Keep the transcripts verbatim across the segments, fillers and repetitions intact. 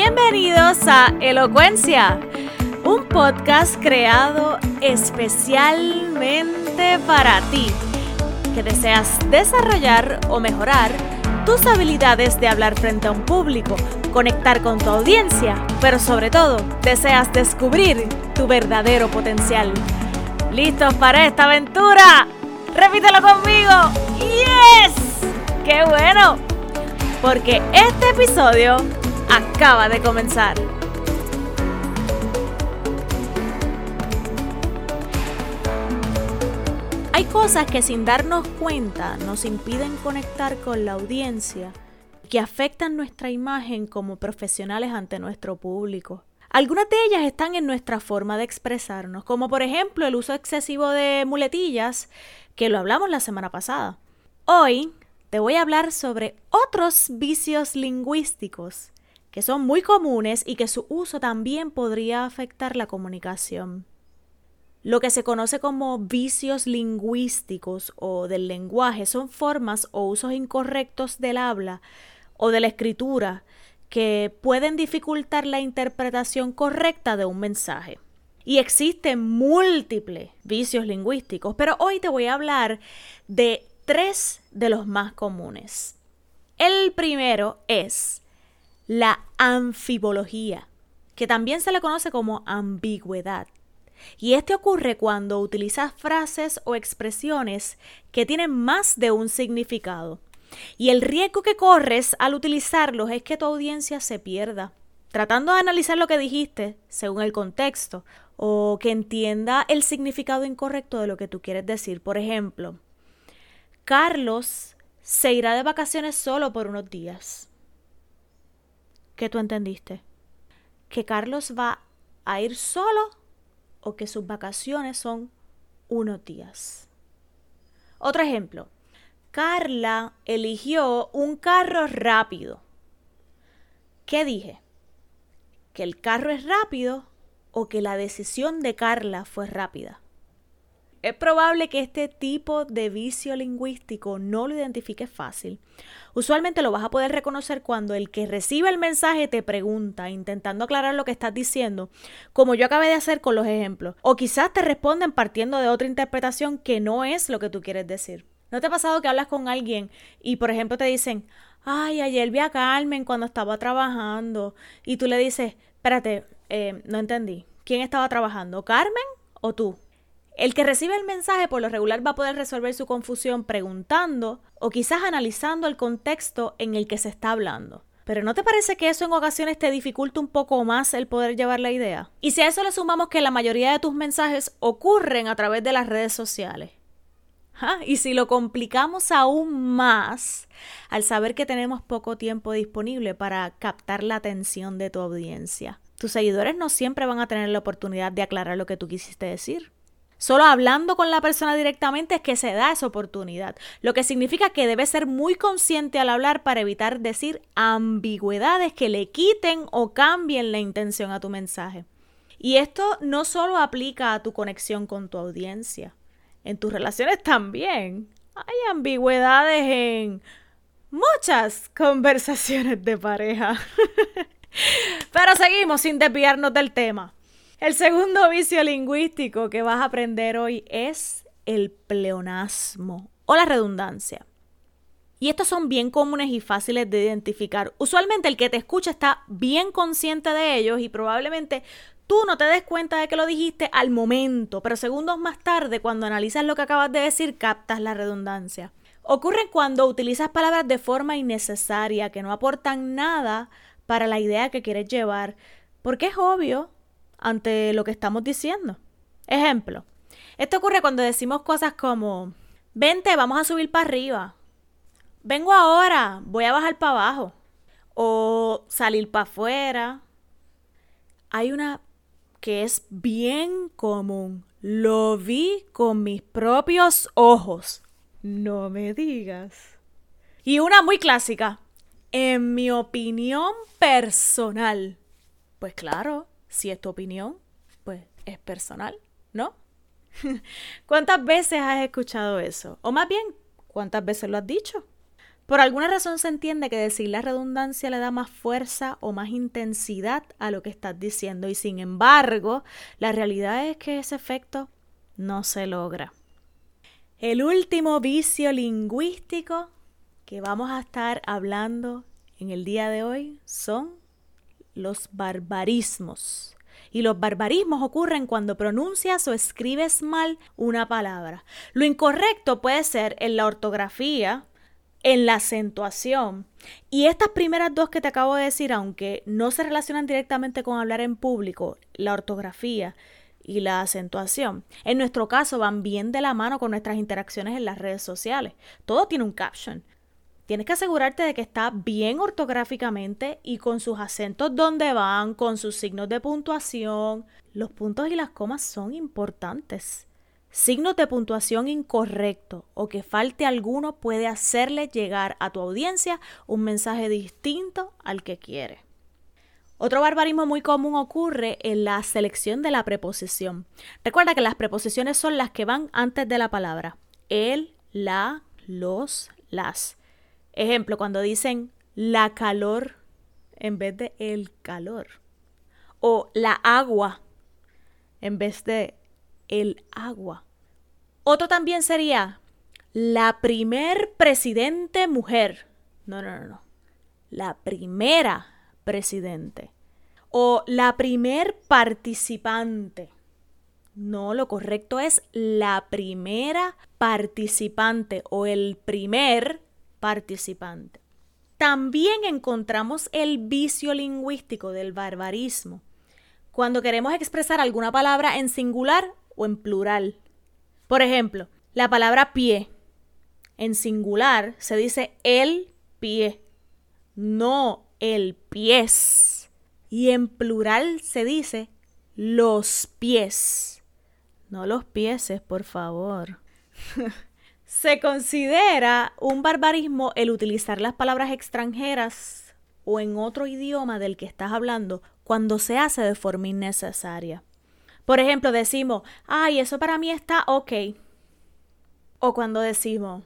Bienvenidos a Elocuencia, un podcast creado especialmente para ti, que deseas desarrollar o mejorar tus habilidades de hablar frente a un público, conectar con tu audiencia, pero sobre todo, deseas descubrir tu verdadero potencial. ¿Listos para esta aventura? ¡Repítelo conmigo! ¡Yes! ¡Qué bueno! Porque este episodio acaba de comenzar. Hay cosas que sin darnos cuenta nos impiden conectar con la audiencia, que afectan nuestra imagen como profesionales ante nuestro público. Algunas de ellas están en nuestra forma de expresarnos, como por ejemplo el uso excesivo de muletillas, que lo hablamos la semana pasada. Hoy te voy a hablar sobre otros vicios lingüísticos que son muy comunes y que su uso también podría afectar la comunicación. Lo que se conoce como vicios lingüísticos o del lenguaje son formas o usos incorrectos del habla o de la escritura que pueden dificultar la interpretación correcta de un mensaje. Y existen múltiples vicios lingüísticos, pero hoy te voy a hablar de tres de los más comunes. El primero es la anfibología, que también se le conoce como ambigüedad. Y este ocurre cuando utilizas frases o expresiones que tienen más de un significado. Y el riesgo que corres al utilizarlos es que tu audiencia se pierda, tratando de analizar lo que dijiste según el contexto, o que entienda el significado incorrecto de lo que tú quieres decir. Por ejemplo, Carlos se irá de vacaciones solo por unos días. ¿Qué tú entendiste? ¿Que Carlos va a ir solo o que sus vacaciones son unos días? Otro ejemplo. Carla eligió un carro rápido. ¿Qué dije? ¿Que el carro es rápido o que la decisión de Carla fue rápida? Es probable que este tipo de vicio lingüístico no lo identifiques fácil. Usualmente lo vas a poder reconocer cuando el que recibe el mensaje te pregunta, intentando aclarar lo que estás diciendo, como yo acabé de hacer con los ejemplos. O quizás te responden partiendo de otra interpretación que no es lo que tú quieres decir. ¿No te ha pasado que hablas con alguien y, por ejemplo, te dicen, ay, ayer vi a Carmen cuando estaba trabajando? Y tú le dices, espérate, eh, no entendí. ¿Quién estaba trabajando, Carmen o tú? El que recibe el mensaje por lo regular va a poder resolver su confusión preguntando o quizás analizando el contexto en el que se está hablando. ¿Pero no te parece que eso en ocasiones te dificulta un poco más el poder llevar la idea? Y si a eso le sumamos que la mayoría de tus mensajes ocurren a través de las redes sociales. ¿Ah? Y si lo complicamos aún más al saber que tenemos poco tiempo disponible para captar la atención de tu audiencia. Tus seguidores no siempre van a tener la oportunidad de aclarar lo que tú quisiste decir. Solo hablando con la persona directamente es que se da esa oportunidad, lo que significa que debes ser muy consciente al hablar para evitar decir ambigüedades que le quiten o cambien la intención a tu mensaje. Y esto no solo aplica a tu conexión con tu audiencia, en tus relaciones también. Hay ambigüedades en muchas conversaciones de pareja. Pero seguimos sin desviarnos del tema. El segundo vicio lingüístico que vas a aprender hoy es el pleonasmo o la redundancia. Y estos son bien comunes y fáciles de identificar. Usualmente el que te escucha está bien consciente de ellos y probablemente tú no te des cuenta de que lo dijiste al momento, pero segundos más tarde, cuando analizas lo que acabas de decir, captas la redundancia. Ocurre cuando utilizas palabras de forma innecesaria que no aportan nada para la idea que quieres llevar, porque es obvio ante lo que estamos diciendo. Ejemplo, esto ocurre cuando decimos cosas como, vente, vamos a subir para arriba, vengo ahora, voy a bajar para abajo, o salir para afuera. Hay una que es bien común, lo vi con mis propios ojos, no me digas. Y una muy clásica, en mi opinión personal. Pues claro, si es tu opinión, pues es personal, ¿no? ¿Cuántas veces has escuchado eso? O más bien, ¿cuántas veces lo has dicho? Por alguna razón se entiende que decir la redundancia le da más fuerza o más intensidad a lo que estás diciendo y sin embargo, la realidad es que ese efecto no se logra. El último vicio lingüístico que vamos a estar hablando en el día de hoy son los barbarismos. Y los barbarismos ocurren cuando pronuncias o escribes mal una palabra. Lo incorrecto puede ser en la ortografía, en la acentuación. Y estas primeras dos que te acabo de decir, aunque no se relacionan directamente con hablar en público, la ortografía y la acentuación, en nuestro caso van bien de la mano con nuestras interacciones en las redes sociales. Todo tiene un caption. Tienes que asegurarte de que está bien ortográficamente y con sus acentos donde van, con sus signos de puntuación. Los puntos y las comas son importantes. Signos de puntuación incorrectos o que falte alguno puede hacerle llegar a tu audiencia un mensaje distinto al que quiere. Otro barbarismo muy común ocurre en la selección de la preposición. Recuerda que las preposiciones son las que van antes de la palabra. El, la, los, las. Ejemplo, cuando dicen la calor en vez de el calor. O la agua en vez de el agua. Otro también sería la primer presidente mujer. No, no, no, no. La primera presidente. O la primer participante. No, lo correcto es la primera participante o el primer participante. También encontramos el vicio lingüístico del barbarismo cuando queremos expresar alguna palabra en singular o en plural. Por ejemplo, la palabra pie. En singular se dice el pie, no el pies. Y en plural se dice los pies. No los pieses, por favor. Se considera un barbarismo el utilizar las palabras extranjeras o en otro idioma del que estás hablando cuando se hace de forma innecesaria. Por ejemplo, decimos, ay, eso para mí está ok. O cuando decimos,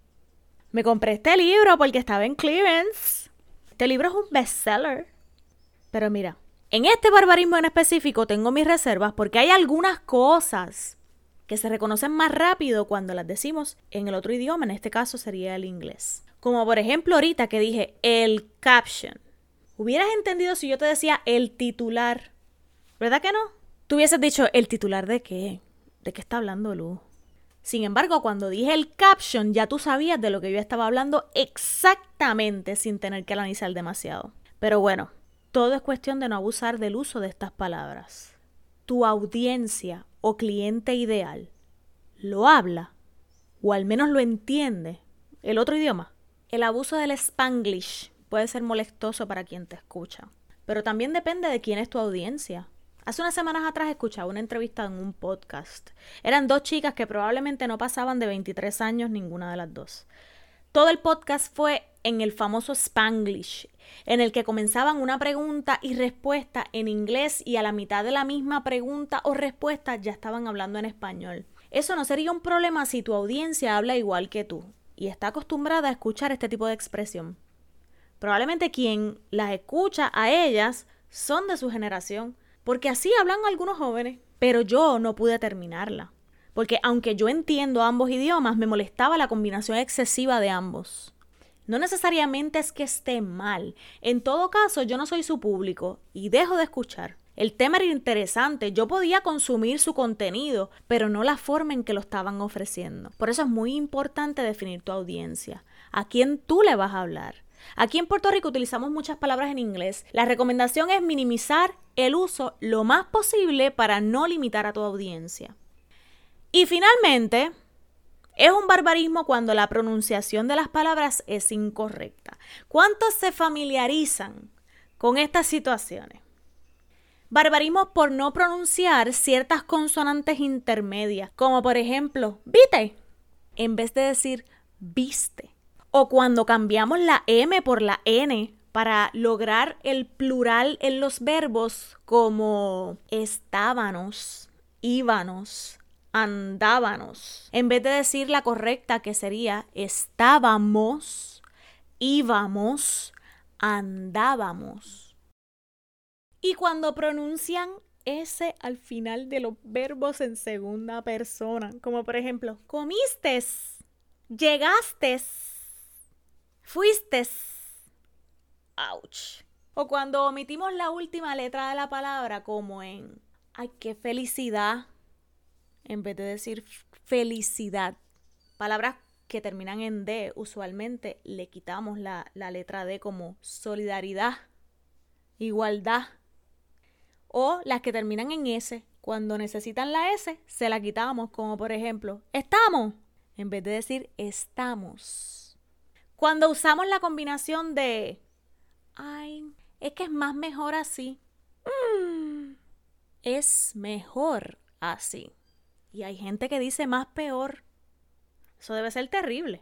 me compré este libro porque estaba en clearance. Este libro es un bestseller. Pero mira, en este barbarismo en específico tengo mis reservas porque hay algunas cosas que se reconocen más rápido cuando las decimos en el otro idioma, en este caso sería el inglés. Como por ejemplo ahorita que dije el caption. Hubieras entendido si yo te decía el titular, ¿verdad que no? Tú hubieses dicho, ¿el titular de qué? ¿De qué está hablando Luz? Sin embargo, cuando dije el caption, ya tú sabías de lo que yo estaba hablando exactamente sin tener que analizar demasiado. Pero bueno, todo es cuestión de no abusar del uso de estas palabras. Tu audiencia o cliente ideal lo habla o al menos lo entiende el otro idioma. El abuso del Spanglish puede ser molestoso para quien te escucha, pero también depende de quién es tu audiencia. Hace unas semanas atrás escuchaba una entrevista en un podcast. Eran dos chicas que probablemente no pasaban de veintitrés años ninguna de las dos. Todo el podcast fue en el famoso Spanglish, en el que comenzaban una pregunta y respuesta en inglés y a la mitad de la misma pregunta o respuesta ya estaban hablando en español. Eso no sería un problema si tu audiencia habla igual que tú y está acostumbrada a escuchar este tipo de expresión. Probablemente quien las escucha a ellas son de su generación, porque así hablan algunos jóvenes, pero yo no pude terminarla. Porque aunque yo entiendo ambos idiomas, me molestaba la combinación excesiva de ambos. No necesariamente es que esté mal. En todo caso, yo no soy su público y dejo de escuchar. El tema era interesante, yo podía consumir su contenido, pero no la forma en que lo estaban ofreciendo. Por eso es muy importante definir tu audiencia. ¿A quién tú le vas a hablar? Aquí en Puerto Rico utilizamos muchas palabras en inglés. La recomendación es minimizar el uso lo más posible para no limitar a tu audiencia. Y finalmente, es un barbarismo cuando la pronunciación de las palabras es incorrecta. ¿Cuántos se familiarizan con estas situaciones? Barbarismos por no pronunciar ciertas consonantes intermedias, como por ejemplo, vite, en vez de decir viste. O cuando cambiamos la M por la N para lograr el plural en los verbos como estábanos, íbanos, andábanos. En vez de decir la correcta que sería estábamos, íbamos, andábamos. Y cuando pronuncian ese al final de los verbos en segunda persona, como por ejemplo, comistes, llegastes, fuistes. Ouch. O cuando omitimos la última letra de la palabra, como en ¡ay, qué felicidad! En vez de decir felicidad. Palabras que terminan en D, usualmente le quitamos la, la letra D, como solidaridad, igualdad. O las que terminan en S, cuando necesitan la S, se la quitamos, como por ejemplo, estamos, en vez de decir estamos. Cuando usamos la combinación de ay, es que es más mejor así. Mm, es mejor así. Y hay gente que dice más peor. Eso debe ser terrible.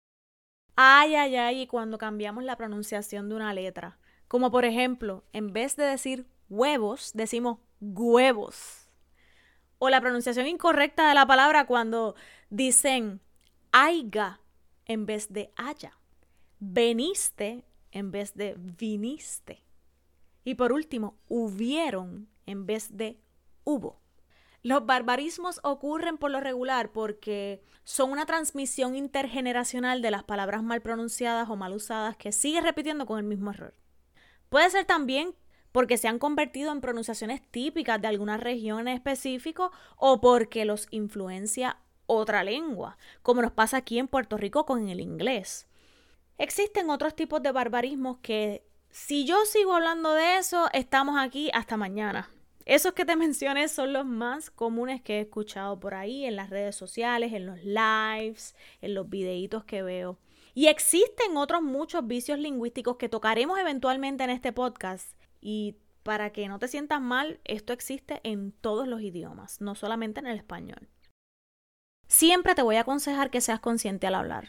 Ay, ay, ay, y cuando cambiamos la pronunciación de una letra. Como por ejemplo, en vez de decir huevos, decimos huevos. O la pronunciación incorrecta de la palabra cuando dicen aiga en vez de haya. Veniste en vez de viniste. Y por último, hubieron en vez de hubo. Los barbarismos ocurren por lo regular porque son una transmisión intergeneracional de las palabras mal pronunciadas o mal usadas que sigue repitiendo con el mismo error. Puede ser también porque se han convertido en pronunciaciones típicas de alguna región en específico o porque los influencia otra lengua, como nos pasa aquí en Puerto Rico con el inglés. Existen otros tipos de barbarismos que, si yo sigo hablando de eso, estamos aquí hasta mañana. Esos que te mencioné son los más comunes que he escuchado por ahí en las redes sociales, en los lives, en los videitos que veo. Y existen otros muchos vicios lingüísticos que tocaremos eventualmente en este podcast. Y para que no te sientas mal, esto existe en todos los idiomas, no solamente en el español. Siempre te voy a aconsejar que seas consciente al hablar.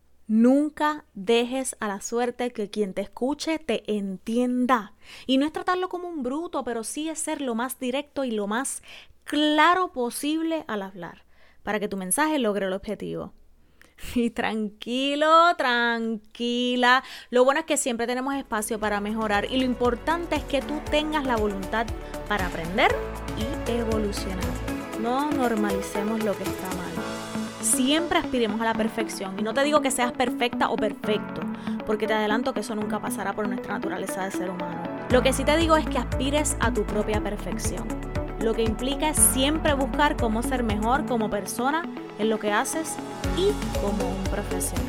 Nunca dejes a la suerte que quien te escuche te entienda. Y no es tratarlo como un bruto, pero sí es ser lo más directo y lo más claro posible al hablar, para que tu mensaje logre el objetivo. Y tranquilo, tranquila. Lo bueno es que siempre tenemos espacio para mejorar y lo importante es que tú tengas la voluntad para aprender y evolucionar. No normalicemos lo que está mal. Siempre aspiremos a la perfección y no te digo que seas perfecta o perfecto, porque te adelanto que eso nunca pasará por nuestra naturaleza de ser humano. Lo que sí te digo es que aspires a tu propia perfección, lo que implica es siempre buscar cómo ser mejor como persona en lo que haces y como un profesional.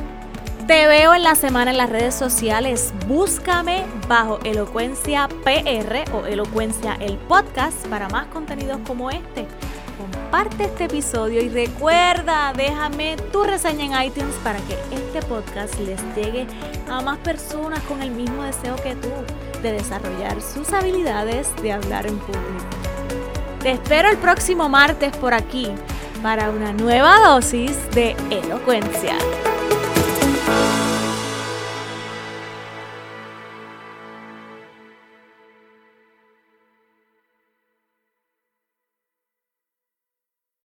Te veo en la semana en las redes sociales. Búscame bajo Elocuencia P R o Elocuencia el podcast para más contenidos como este. Comparte este episodio y recuerda, déjame tu reseña en iTunes para que este podcast les llegue a más personas con el mismo deseo que tú de desarrollar sus habilidades de hablar en público. Te espero el próximo martes por aquí para una nueva dosis de elocuencia.